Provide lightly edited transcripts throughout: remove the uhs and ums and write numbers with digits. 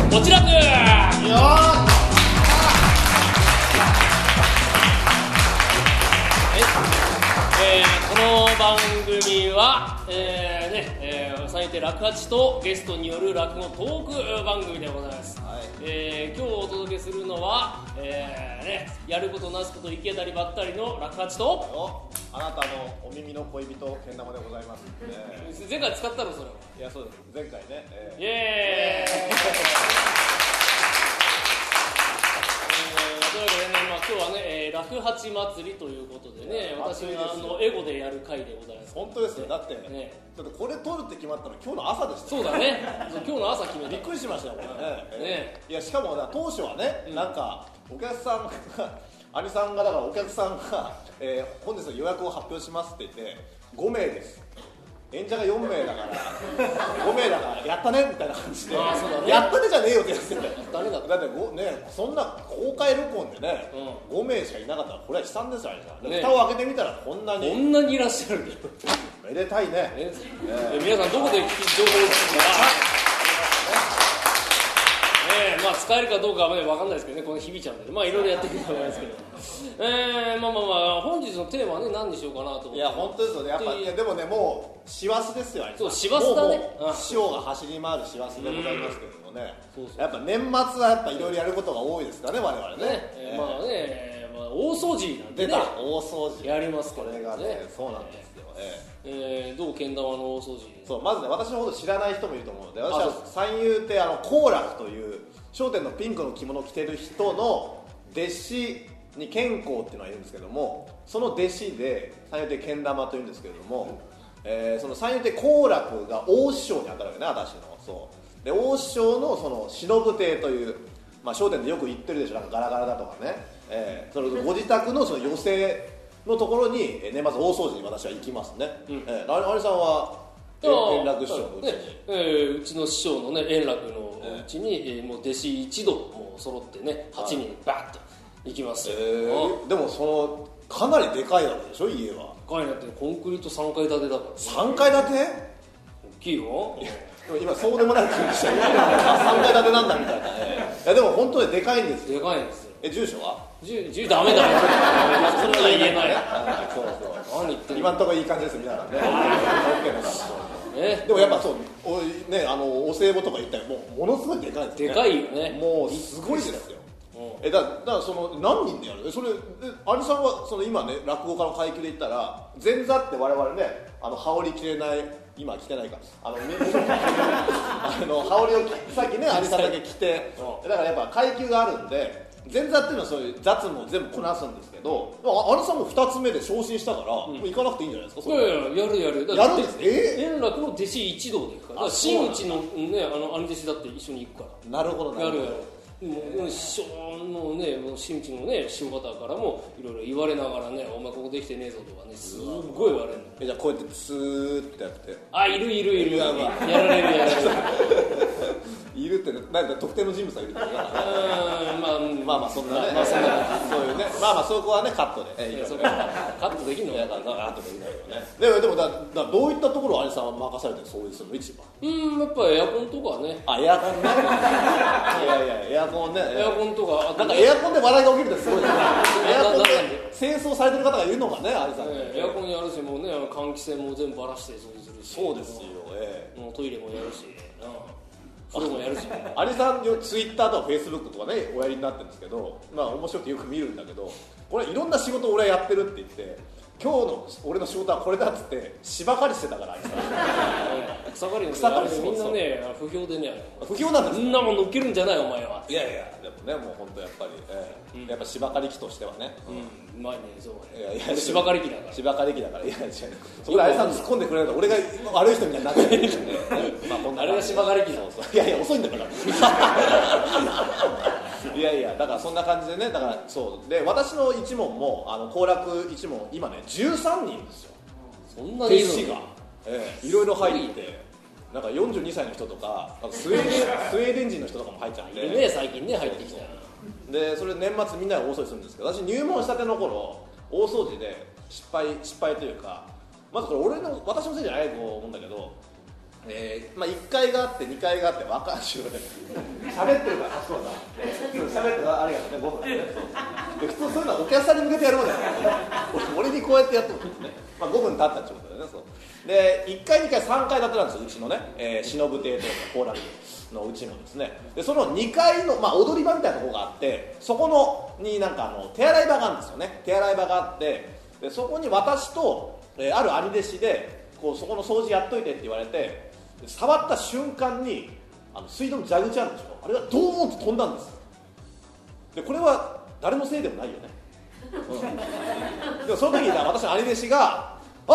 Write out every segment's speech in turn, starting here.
こちらくよこの番組は、三遊亭楽八とゲストによる落語トーク番組でございます、はい。今日お届けするのは、やることなすこと行き当たりばったりの楽八とあなたのお耳の恋人けん玉でございます、 前回使ったのそれは。 いやそうです、前回ね、 イエーイというわけでね、今日はね、楽八祭りということでね、私がエゴでやる回でございます。 本当ですよ、だって、ね、だってこれ撮るって決まったの今日の朝でした。 そうだね今日の朝決めた。 びっくりしましたよこれね。いやしかも当初はね、なんかお客さんが兄さんがだからお客さんが、本日の予約を発表しますって言って5名です。演者が4名だから5名だからやったねみたいな感じで、やったねじゃねえよってやってた。 誰だってね、そんな公開録音でね、5名しかいなかったらこれは悲惨ですよね。蓋を開けてみたらこんなにいらっしゃる。 めでたいね。 皆さんどこで情報を聞くか使えるかどうかはね分かんないですけどね、この響いちゃうんで、いろいろやっていくと思いますけど、本日のテーマはね何にしようかなと思って。 いや本当ですよね、やっぱり、でもねもう師走ですよ。 そう師走だね。 師匠が走り回る師走でございますけれどもね。やっぱ年末はやっぱいろいろやることが多いですからね我々ね。 大掃除なんてね。 大掃除やりますからね。これがね、そうなんですよ。 どうけん玉の大掃除。 そうまずね、私のこと知らない人もいると思うので、私は三遊亭好楽という笑点のピンクの着物を着てる人の弟子に健康っていうのがいるんですけども、その弟子で三遊亭けん玉というんですけれども、その三遊亭好楽が大師匠に当たるわけね、私の。そうで大師匠のその忍亭という、笑点でよく言ってるでしょ、なんかガラガラだとかね、そのご自宅のその寄席のところに年末大掃除に私は行きますね。有さんは円楽師匠のうちに、 うちの師匠のね円楽のうちに、もう弟子一同もう揃ってね8人バッと行きますよ。 でもそのかなりでかいわけでしょ、家は。 でかいなって、コンクリート3階建てだから、ね、 3階建て？ 大きいよ。 今そうでもない感じしたよ3階建てなんだみたいな。いやでも本当にでかいんですよ。 でかいんですよ。 住所は？ 住ダメだよそれは言えない。 そう何言ってんの。 今んとこいい感じです皆さんね。でもやっぱそうね、お歳暮とか言ったらものすごいでかいですね。 でかいよね。 もうすごいですよ。だからその何人でやる？それ有さんはその今ね落語家の階級で言ったら前座って我々ね羽織着れない、今着てないか羽織をさっきね有さんだけ着て、だからやっぱ階級があるんで前座っていうのはそういう雑務を全部こなすんですけど、有さんも2つ目で昇進したから、もう行かなくていいんじゃないですか。 やるやるんです。 円楽の弟子一同で行くから、真打ちのね兄弟子だって一緒に行くから。 なるほど。 やるもう師匠のね、真打ちのね師匠方からもいろいろ言われながらね、お前ここできてねえぞとかね、すごい言われるの。 じゃあこうやってツーってやって、 いるやられるいるって何か特定の人物がいるんだよな。まあそんなね、そういうね、そこはねカットで、 カットできるの？ カットできないよね。でもどういったところを有さんは任されて掃除するの一番？ やっぱエアコンとかね。 エアコンね。エアコンね。 エアコンとか、 なんかエアコンで笑いが起きるってすごいね。エアコンで清掃されてる方がいるのがね、有さん。 エアコンやるし、もうね換気扇も全部ばらして掃除するし。 そうですよ。 もうトイレもやるし。風呂もやるし。 有さんツイッターとかフェイスブックとかねおやりになってるんですけど、面白くてよく見るんだけど、これいろんな仕事俺はやってるって言って、今日の俺の仕事はこれだっつって芝刈りしてたから。 草刈りのみんなね不評でね。 不評なんです。 みんなも乗っけるんじゃないお前は。 いやでもね、もう本当やっぱりやっぱ芝刈り機としてはね。 うまいね。そうね。 芝刈り機だから。 芝刈り機だから。いや違う。そこで有さん突っ込んでくれると俺が悪い人みたいになってるんで。 あれが芝刈り機だ。 いや遅いんだから。いやだからそんな感じでね、だからそうで私の一門も好楽一門今ね13人ですよ。 そんなにいるの？ 弟子がいろいろ入って、なんか42歳の人とかスウェーデン人の人とかも入っちゃって。 いるね最近ね入ってきた。 でそれ年末みんなで大掃除するんですけど、私入門したての頃大掃除で失敗というか、まずこれ私のせいじゃないと思うんだけど、1階があって2階があって分かる喋ってるからそうだ喋ってるありがとうね5分ねで普通そういうのはお客さんに向けてやるもんだから俺にこうやってやってもね、まあ、5分経ったってことだよね。そうで1回2回3回建てなんですよ、うちのね、忍亭というか後楽のうちのですね。でその2階の、まあ、踊り場みたいなところがあって、そこのになんか手洗い場があるんですよね。手洗い場があって、でそこに私と、ある兄弟子でこうそこの掃除やっといてって言われて、触った瞬間に水道の蛇口あるでしょ、あれがドーンって飛んだんですよ。でこれは誰のせいでもないよね、でもその時に私の兄弟子が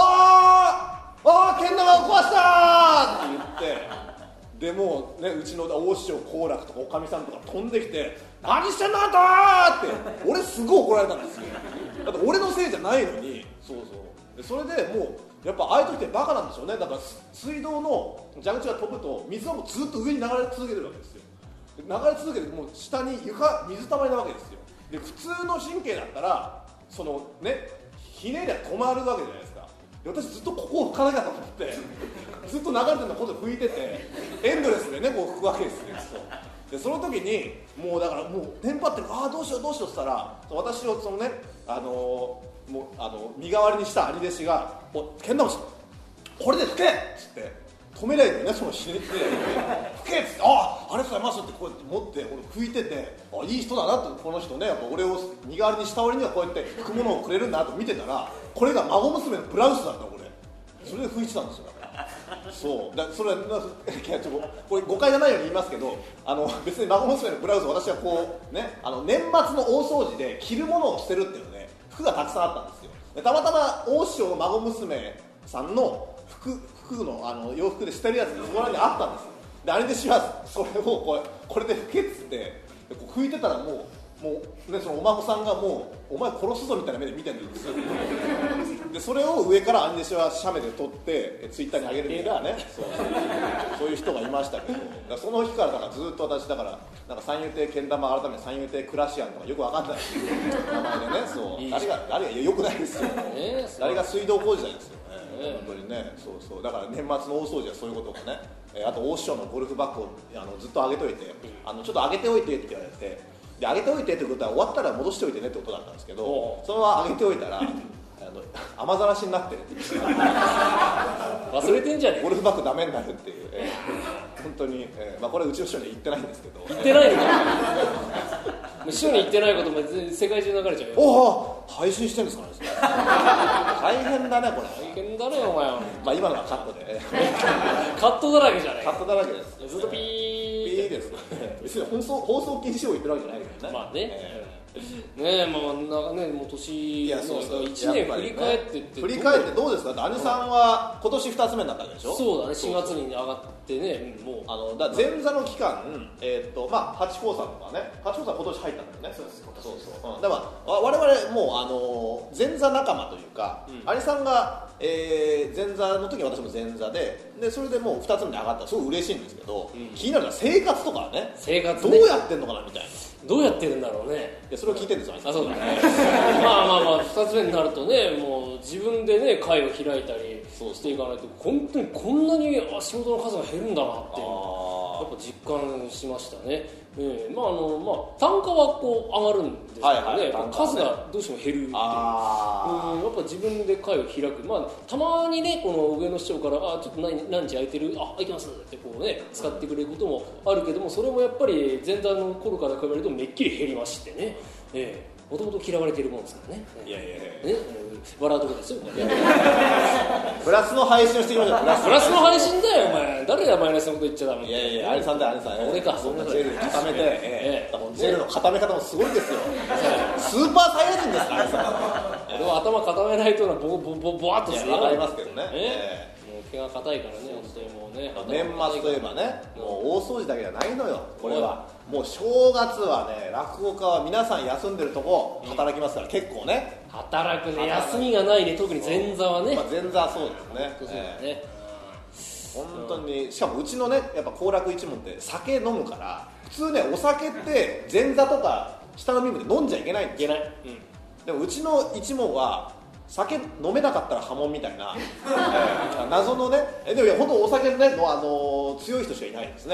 けん玉を壊したって言って、でもうね、うちの大師匠好楽とかおかみさんとか飛んできて何してんのあんたって俺すごい怒られたんですよ。だって俺のせいじゃないのに。そうそうでそれでもうやっぱああいう時ってバカなんでしょうね。だから水道の蛇口が飛ぶと水はもうずっと上に流れ続けてるわけですよ。流れ続けてもう下に水たまりなわけですよ。で普通の神経だったらそのねひねりは止まるわけじゃないですか。で私ずっとここを拭かなきゃと思ってずっと流れてるの今度拭いててエンドレスでねこう拭くわけですよ。でその時にもうだからもうテンパってる、どうしようって言ったら、私をそのねもう身代わりにした兄弟子がけん玉してこれで拭けっつって止めないでね、そのひねって拭けっつってありがとうございますってこうやって持って俺拭いてて、いい人だなって、この人ねやっぱ俺を身代わりにした割にはこうやって拭くものをくれるんだなと見てたら、これが孫娘のブラウスだったの。それで拭いてたんですよ。そうだそれこれ誤解じゃないように言いますけど、別に孫娘のブラウスを私はこうね年末の大掃除で着るものを捨てるっていうね服がたくさんあったんですよ。でたまたま大師匠の孫娘さんの服の洋服で捨てるやつがそこらにあったんですよ。で兄弟子はそれをこれで拭けっつって拭いてたらもうね、そのお孫さんがもうお前殺すぞみたいな目で見てるんですよ。でそれを上から兄弟子は写メで撮ってツイッターに上げるみたいなね、そういう人がいましたけど、だその日からだからずっと私だからなんか三遊亭けん玉改めて三遊亭クラシアンとかよくわかんない名前でね、そう誰がよくないですよ、誰が水道工事なんですよね、本当にね。そうだから年末の大掃除はそういうことがね、あと大師匠のゴルフバッグをずっと上げといて、ちょっと上げておいてって言われて、で上げておいてってことは終わったら戻しておいてねってことだったんですけど、そのまま上げておいたら雨ざらしになってるって忘れてんじゃねえ、 ゴルフバッグダメになるっていう、本当に、これうちの師匠には言ってないんですけど、 言ってないのか師匠に言ってないことも世界中流れちゃうよ。 配信してるんですかね大変だねこれ。 大変だねお前。 今のはカットでカットだらけじゃない。 カットだらけです。 ずっとピーです。別に放送禁止を言ってるわけじゃないけどね。 まあね。ねえもう年1年振り返ってって振り返ってどうですか。兄さんは今年2つ目になったわけでしょ。 そうだね、4月に上がってね、もうだ前座の期間、八甲さんとかね、八甲さん今年入ったんだよね。そうだから我々もう前座仲間というか、兄さんが前座の時に私も前座でそれでもう2つ目に上がったらすごい嬉しいんですけど、気になるのは生活とかね、どうやってんのかなみたいな。 どうやってるんだろうね。 それを聞いてるんですよ。 そうだねまあ2つ目になるとね、もう自分でね会を開いたりしていかないと本当にこんなに仕事の数が減るんだなっていうやっぱ実感しましたね。単価はこう上がるんですけどね、数がどうしても減るっていう、やっぱ自分で会を開く、たまにねこの上の市長からちょっとランチ空いてる、空いてますってこうね使ってくれることもあるけども、それもやっぱり前座の頃から比べるとめっきり減りましてね、もともと嫌われているもんですからね。笑うとこですよプラスの配信をしてきましょう。 プラスの配信だよお前。誰がマイナスのこと言っちゃダメ。 兄さんだよ、兄さん。 俺か。 そんなジェル固めて、ジェルの固め方もすごいですよ。スーパーサイヤ人ですから、兄さん。 俺は頭固めないとボワッとする。 わかりますけどね。 もう毛が硬いからね、本当にもうね。 年末といえばね、もう大掃除だけじゃないのよ。これはもう正月はね、落語家は皆さん休んでるとこ働きますから、結構ね。 働くね、休みがないね、特に前座はね。 前座はそうですね。本当に、しかもうちのねやっぱ後楽一門って酒飲むから、普通ねお酒って前座とか下の身分で飲んじゃいけないんですよ。でもうちの一門は酒飲めなかったら破門みたいな謎のね、でも本当お酒ね強い人しかいないんですね。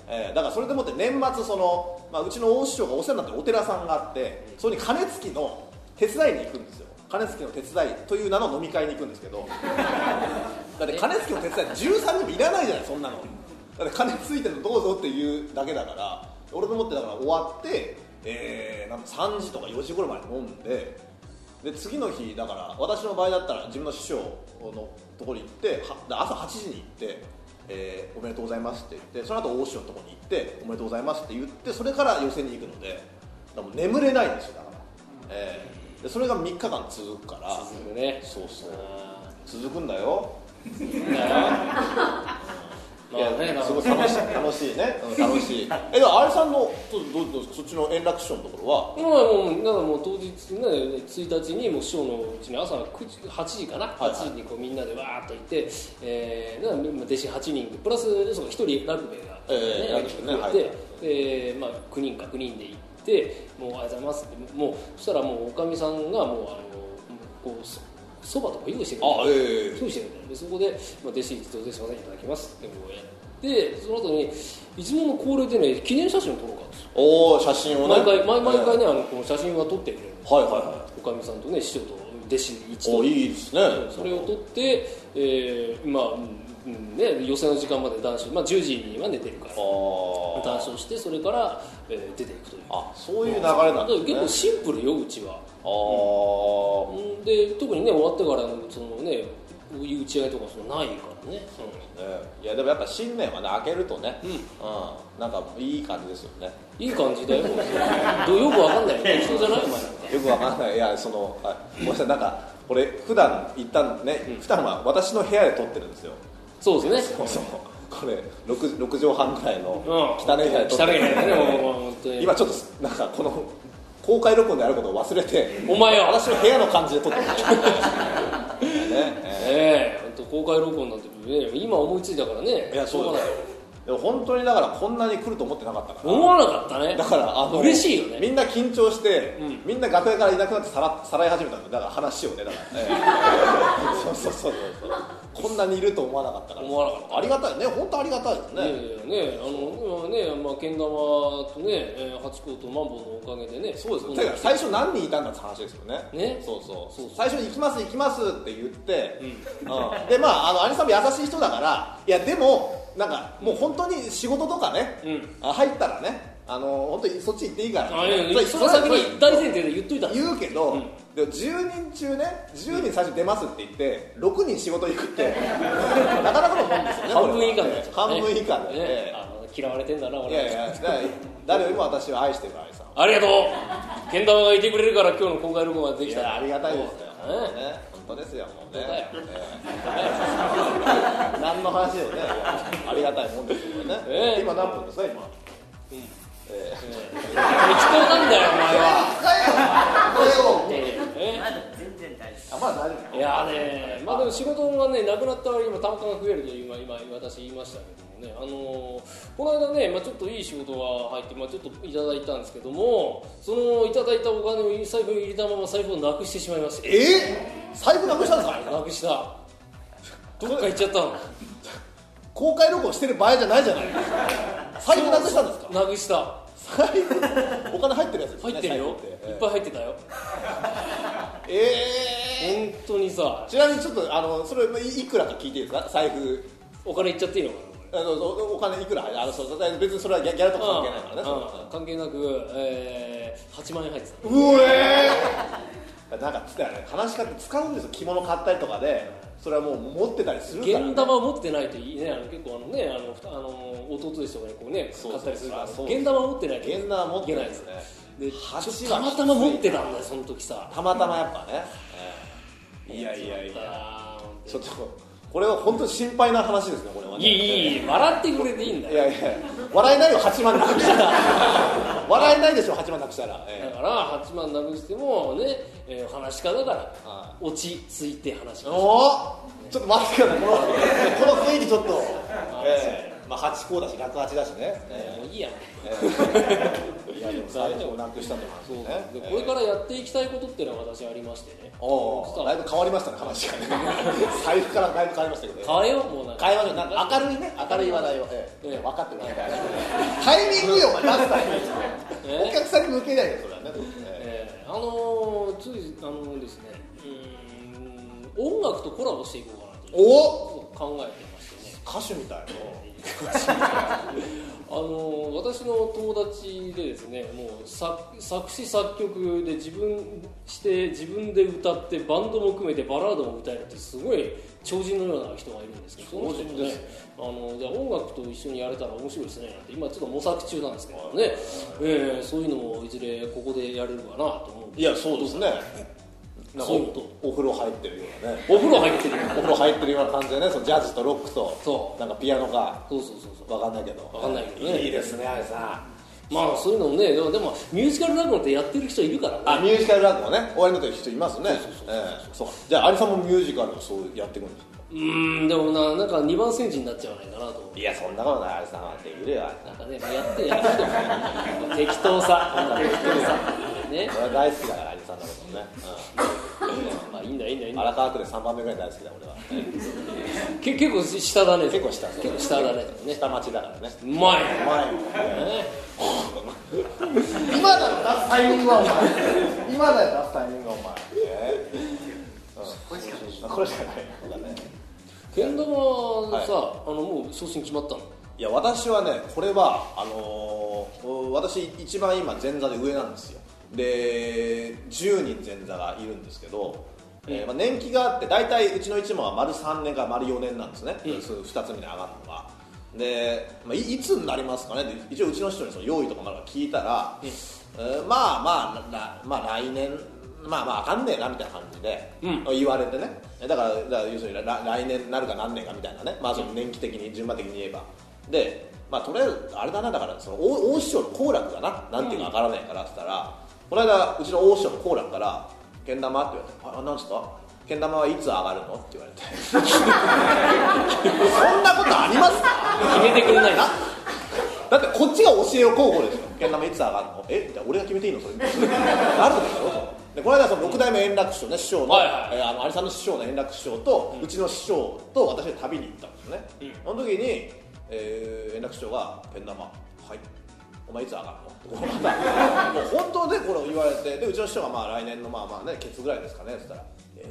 だからそれでもって年末その、うちの大師匠がお世話になってるお寺さんがあって、それに鐘つきの手伝いに行くんですよ。鐘つきの手伝いという名の飲み会に行くんですけどだって鐘つきの手伝い13人もいらないじゃないそんなの。だって鐘ついてるのどうぞっていうだけだから、俺と思ってだから終わって、なんか3時とか4時頃まで飲んで、で次の日だから私の場合だったら自分の師匠のところに行って朝8時に行って、おめでとうございますって言って、その後大師匠のところに行っておめでとうございますって言って、それから寄席に行くので、だからもう眠れないんですよ。だから、でそれが3日間続くから。 続くね。 そうそう続くんだよ。いやすごい楽しいね、楽しい。でもあれさんのどうそっちの円楽師匠のところは、 もう当日ね1日にもう師匠のうちに朝8時かな、8時にこうみんなでわーっと行って、弟子8人でプラス1人ラグベが来て、9人で行って、もうありがとうございますって、もうそしたらもうおかみさんがもうこうそばとか用意してくれる、でそこで、弟子一同ですいませんいただきますってこうやって、その後にいつもの恒例でね記念写真を撮ろうかと。 おお、写真をね毎回ねこの写真は撮ってくれるんです、おかみさんとね師匠と弟子一同。 いいですね。 それを撮って、寄席の時間まで談笑、10時には寝てるから談笑して、それから、出ていくという。 そういう流れなんですね。 結構シンプルようちは。で特にね終わってからのそのね打ち上げとかないからね。 いやでもやっぱ新年はね開けるとね、なんかいい感じですよね。 いい感じだよ。よくわかんないよね。人じゃないお前なんか。 よくわかんない。いやごめんなさい、なんかこれ普段は私の部屋で撮ってるんですよ。 そうですね。 そうこれ 6畳半ぐらいの汚い部屋で撮ってる。今ちょっとなんかこの公開録音であることを忘れて、 お前は私の部屋の感じで撮ってるんですよ。 公開録音なんてね今思いついたからね。 いやそうだよ。でも本当にだからこんなに来ると思ってなかったから。 思わなかったね。 だから嬉しいよね。 みんな緊張して、みんな楽屋からいなくなってさらい始めたんだ。だから話をね、だから、そうこんなにいると思わなかったから。 思わなかった。 ありがたいね、本当ありがたいですね。 けん玉とね、ハチ公とマンボウのおかげでね。 そうですよ。だから最初何人いたんだって話ですよね。そう最初に行きますって言って、で兄さんも優しい人だから、いやでもなんかもう本当に仕事とかね、入ったらね、本当にそっち行っていいから。 その先に大前提で言っといた。 言うけど、でも10人中ね、10人最初出ますって言って6人仕事行くってなかなかのもんですよね。 半分以下で。 半分以下で。 嫌われてんだな俺。 いや誰よりも私は愛してる愛さん。 ありがとう。けん玉がいてくれるから今日の公開録音ができた。 いやありがたいですよ。本当ですよもうね。何の話よね。ありがたいもんですよね。今何分ですか今。 適当なんだよお前は。 全然大丈夫。 まだ大丈夫。 いやね、でも仕事がねなくなったら今単価が増えると今私言いましたけどもね、この間ね、ちょっといい仕事が入って、ちょっといただいたんですけども、そのいただいたお金を財布に入れたまま財布をなくしてしまいまして。 財布なくしたんですか。 なくした。どっか行っちゃったの。 公開録音してる場合じゃないじゃない。財布なくしたんですか。 なくした。 財布お金入ってるやつですね。 入ってるよ。いっぱい入ってたよ。本当にさ。 ちなみにちょっとそれいくらか聞いていいですか。財布お金いっちゃっていいのかな。 お金いくら別にそれはギャラとか関係ないからね。 関係なく、8万円入ってた。 なんか話し方使うんですよ。着物買ったりとかで、それはもう持ってたりするから、ね。 現玉を持ってないといいね。結構弟弟とかにこうね買ったりするから。現玉を持ってないと。 現玉持ってないですね。 でたまたま持ってたんだよその時さ。 たまたまやっぱね。いやちょっとこれは本当に心配な話ですねこれはね。 いい笑ってくれていいんだよ。 いや笑えないよ8万なくしたら。笑えないでしょ8万なくしたら。だから8万なくしてもね、話し家だから落ち着いて話します。ちょっと待ってください。この雰囲気ちょっとハチ公だし落八だしね。 もういいや。 いやでも最初なくしたって話ですね。 でこれからやっていきたいことっていうのは私ありましてね。 だいぶ変わりましたね話がね。財布からだいぶ変わりましたけど。 変えようもうなんか。 変えましょう。なんか明るいね明るい話題を。分かってるわけない。タイミングよ出すタイミング。お客さんに向けないよそれはね。 ついですね。音楽とコラボしていこうかなと考えてましてね。 歌手みたい私の友達でですね、もう作詞作曲で自分で歌ってバンドも組めてバラードも歌えるってすごい超人のような人がいるんですけど、その人とね、じゃあ音楽と一緒にやれたら面白いですねなんて今ちょっと模索中なんですけどね、そういうのもいずれここでやれるかなと思う。 いやそうですね。 そういうこと。 お風呂入ってるようなね。 お風呂入ってる。 お風呂入ってるような感じでね、そのジャズとロックとなんかピアノか。 そう。 わかんないけどね。いいですねあれさ。 まあそういうのもね、でもミュージカル落語ってやってる人いるからね。 ミュージカル落語ね、お会いになってる人いますね。そう。じゃあ有さんもミュージカルをそうやっていくんですか。 でもなんか2番煎じになっちゃわないかなと思う。 いやそんなことない有さんはできるよ。 なんかねやっても適当さね。 俺は大好きだから有さんのことね。 まあいいんだ。 荒川区で3番目ぐらい大好きだ俺は。 結構下だね。 結構下だね。 下町だからね。 うまい。 今だよ出すタイミングはお前。今だよ出すタイミングはお前。これしかない。 けん玉はさ、もう昇進決まったの？ いや私はねこれは私一番今前座で上なんですよ。で10人前座がいるんですけど、年季があって大体うちの一門は丸3年か丸4年なんですね、2つ目に上がるのが。で、いつになりますかねって一応うちの師匠にその用意とかまだ聞いたら、まあ来年分かんねえなみたいな感じで言われてね、だから要するに来年になるか何年かみたいなね、その年季的に順番的に言えばで、とりあえずあれだな、だからその大師匠の好楽がなんていうかわからないからって言ったら、この間うちの大師匠の好楽から「けん玉?」って言われて「なんですか？けん玉はいつ上がるの?」って言われてそんなことありますか？ 決めてくれないな。 だってこっちが教えよう候補ですよ。けん玉いつ上がるの？じゃあ俺が決めていいのそれ？なるんだよ。でこの間その6代目円楽師匠ね、師匠の有さんの師匠の円楽師匠とうちの師匠と私で旅に行ったんですよね。その時に円楽師匠が「けん玉はいお前いつ上がるの？」もう本当でこれを言われて、でうちの師匠が来年のケツぐらいですかねって言ったら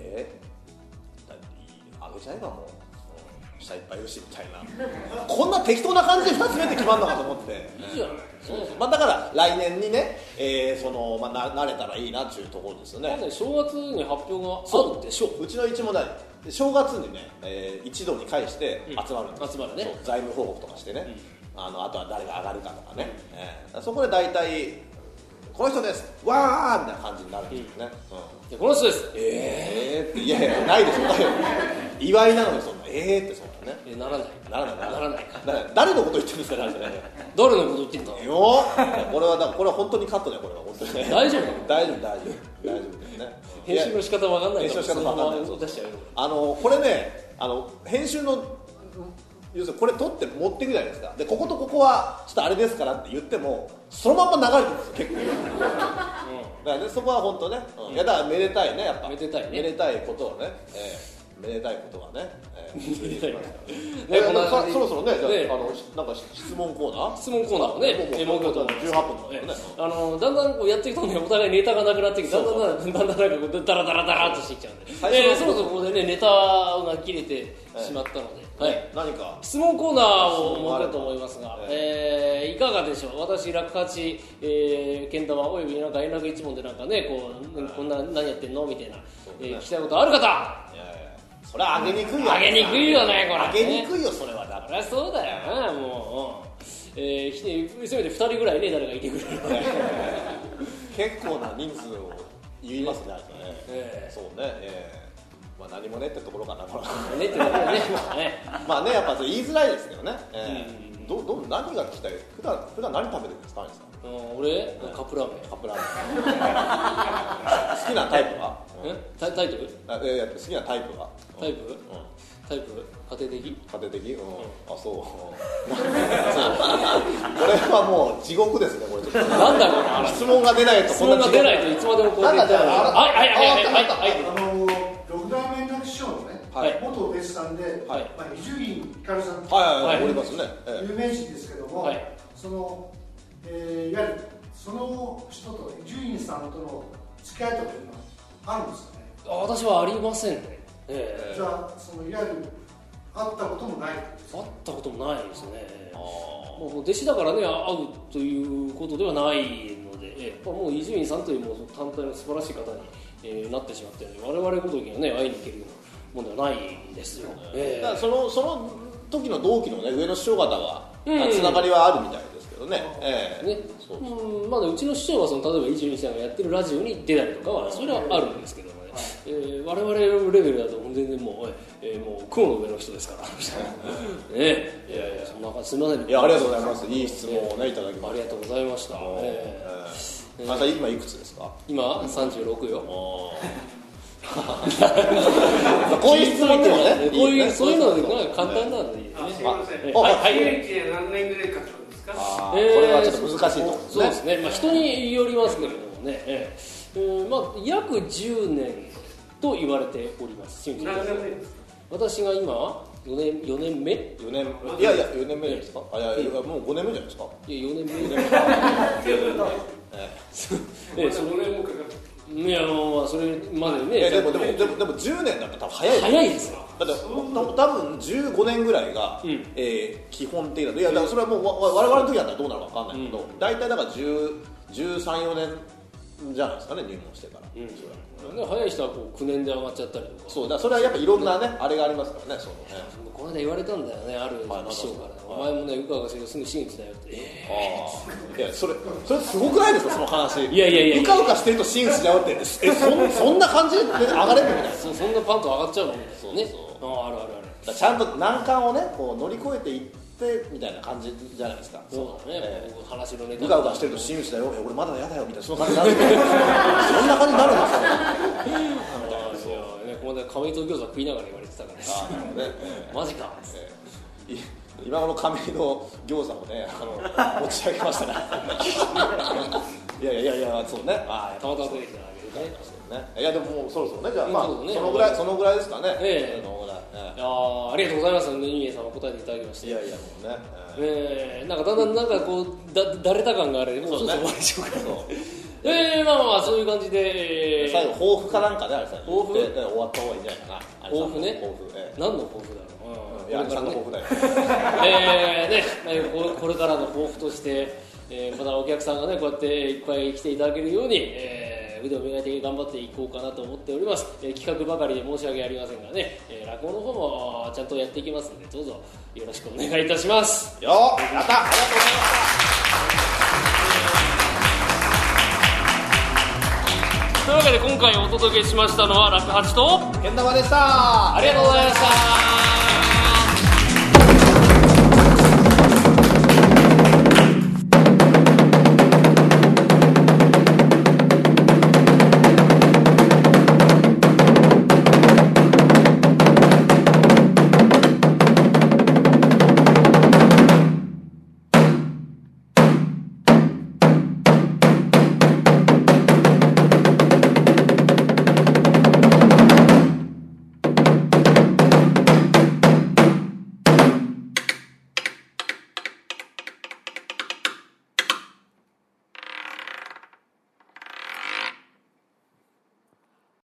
あげちゃえばもう下いっぱいいるしみたいなこんな適当な感じで2つ目って決まるのかと思っていいじゃない。 だから来年にね、慣れたらいいなっていうところですよね。 正月に発表があるでしょ。 うちの一門で正月にね、一度に返して集まるんです。 集まるね。 財務報告とかしてね、あとは誰が上がるかとかね、そこで大体この人ですわーみたいな感じになるんですよね。 この人ですっていやないでしょだよ祝いなのにそんなってそうだね。 ならないか。 誰のこと言ってるんですか？誰のこと言ってんだよ。これは本当にカットだよ。これは本当にね。 大丈夫ですね。 編集の仕方わかんないから。 編集の仕方わかんない。 出しちゃうよ。 これね編集の要するにこれ撮って持っていくじゃないですか。でこことここはちょっとあれですからって言ってもそのまま流れてるんですよ結構。だからねそこは本当ね。いやだからめでたいねやっぱ。めでたいことをね。めでたいことがね。そろそろねなんか質問コーナーをね。 もう18分だんだんこうやっていくとねお互いネタがなくなってきてだんだんなんかダラダラっとしてきちゃうんで。そろそろここでねネタが切れてしまったので。 何か質問コーナーを設けると思いますが、いかがでしょう。私楽八けん玉およびなんか円楽一門でなんかねこんな何やってんのみたいな聞きたいことある方。 それはあげにくいよ。 あげにくいよねこれ。 あげにくいよそれは。だからそうだよなもう。せめて2人ぐらいね誰がいてくれる。 結構な人数を言いますね。そうね。何もねってところかな。ねってところね。やっぱ言いづらいですけどね。 何が聞きたい？普段何食べてるんですか？ 俺カップラーメン。 カップラーメン好きなタイプは？ タイトル？ 好きなタイプは？ タイプ？タイプ？家庭的？ 家庭的？あ、そうこれはもう地獄ですね。これちょっとなんだろうな、 質問が出ないと質問が出ないといつまでもこうやって六代目学師匠のね、元お弟子さんで伊集院光さんおりますね。 有名人ですけども、そのいわゆるその人と伊集院さんとの付き合いとかいうのはあるんですかね？ 私はありませんね。 じゃあそのいわゆる会ったこともない？ 会ったこともないですね。もう弟子だからね、会うということではないので、もう伊集院さんというもう単体の素晴らしい方に、なってしまって、我々ごときがね会いに行けるようなものではないんですよ。 だからその時の同期のね上の師匠方はつながりはあるみたいですけどね。 まだうちの師匠は例えば伊集院さんがやってるラジオに出たりとかはそれはあるんですけどもね、我々のレベルだと全然もう雲の上の人ですからいやそんな感じ、すみません。 いや、ありがとうございます。いい質問をねいただきました。 ありがとうございました。 また今いくつですか？ 今36よ。 こういう質問でもね、 そういうので簡単なのでいいですね。 すみません。はい。何年ぐらいかかるんですか？ これはちょっと難しいと思うんですね。 そうですね。人によりますけれどもね。約10年と言われております。 何年目ですか？ 私が今4年目 ？4年目。いや4年目ですか？いやもう5年目じゃないですか？ いや4年目。 5年もかかる。 いやそれまでね。 でも10年だったら多分早い。 早いですよ。 だって多分15年ぐらいが基本的な。いやだからそれはもう我々の時だったらどうなるかわかんないけど、大体だから13、14年じゃないですかね、入門してから。 早い人は9年で上がっちゃったりとか。 そうだ、それはやっぱいろんなねあれがありますからね。 この間言われたんだよね、ある師匠から、お前もねうかうかしてるとすぐ真打ちだよって。 いやそれすごくないですか、その話。 いやうかうかしてると真打ちだよって。そんな感じで上がれるみたいな。 そんなパンと上がっちゃうのみたいなね。ある。 ちゃんと難関をねこう乗り越えていってみたいな感じじゃないですか。 そうだね。話のネタ。 うかうかしてると真打ちだよ。俺まだやだよみたいな、そんな感じになる。そんな感じになるんですよ。 この間亀戸餃子食いながら言われてたからね。マジか。 今頃亀戸餃子もね持ち上げましたから。いやそうね。 たまたま出てきたわけですね。 いやでももうそろそろね、じゃあそのぐらいですかね。 ありがとうございます。二名様答えていただきまして。 いやもうね。 なんかだんだんこうだれた感がある。もうそろそろ終わりでしょうか。そういう感じで、 最後抱負かなんかであれさ、 抱負終わった方がいいんじゃないかな。 抱負ね。何の抱負だろう。 いや、ちゃんと抱負だよ。 これからの抱負として、またお客さんがねこうやっていっぱい来ていただけるように、腕を磨いて頑張っていこうかなと思っております。企画ばかりで申し訳ありませんがね、落語の方もちゃんとやっていきますので、どうぞよろしくお願いいたします。 やった。ありがとうございました。 というわけで今回お届けしましたのは楽八とけん玉でした。 ありがとうございました。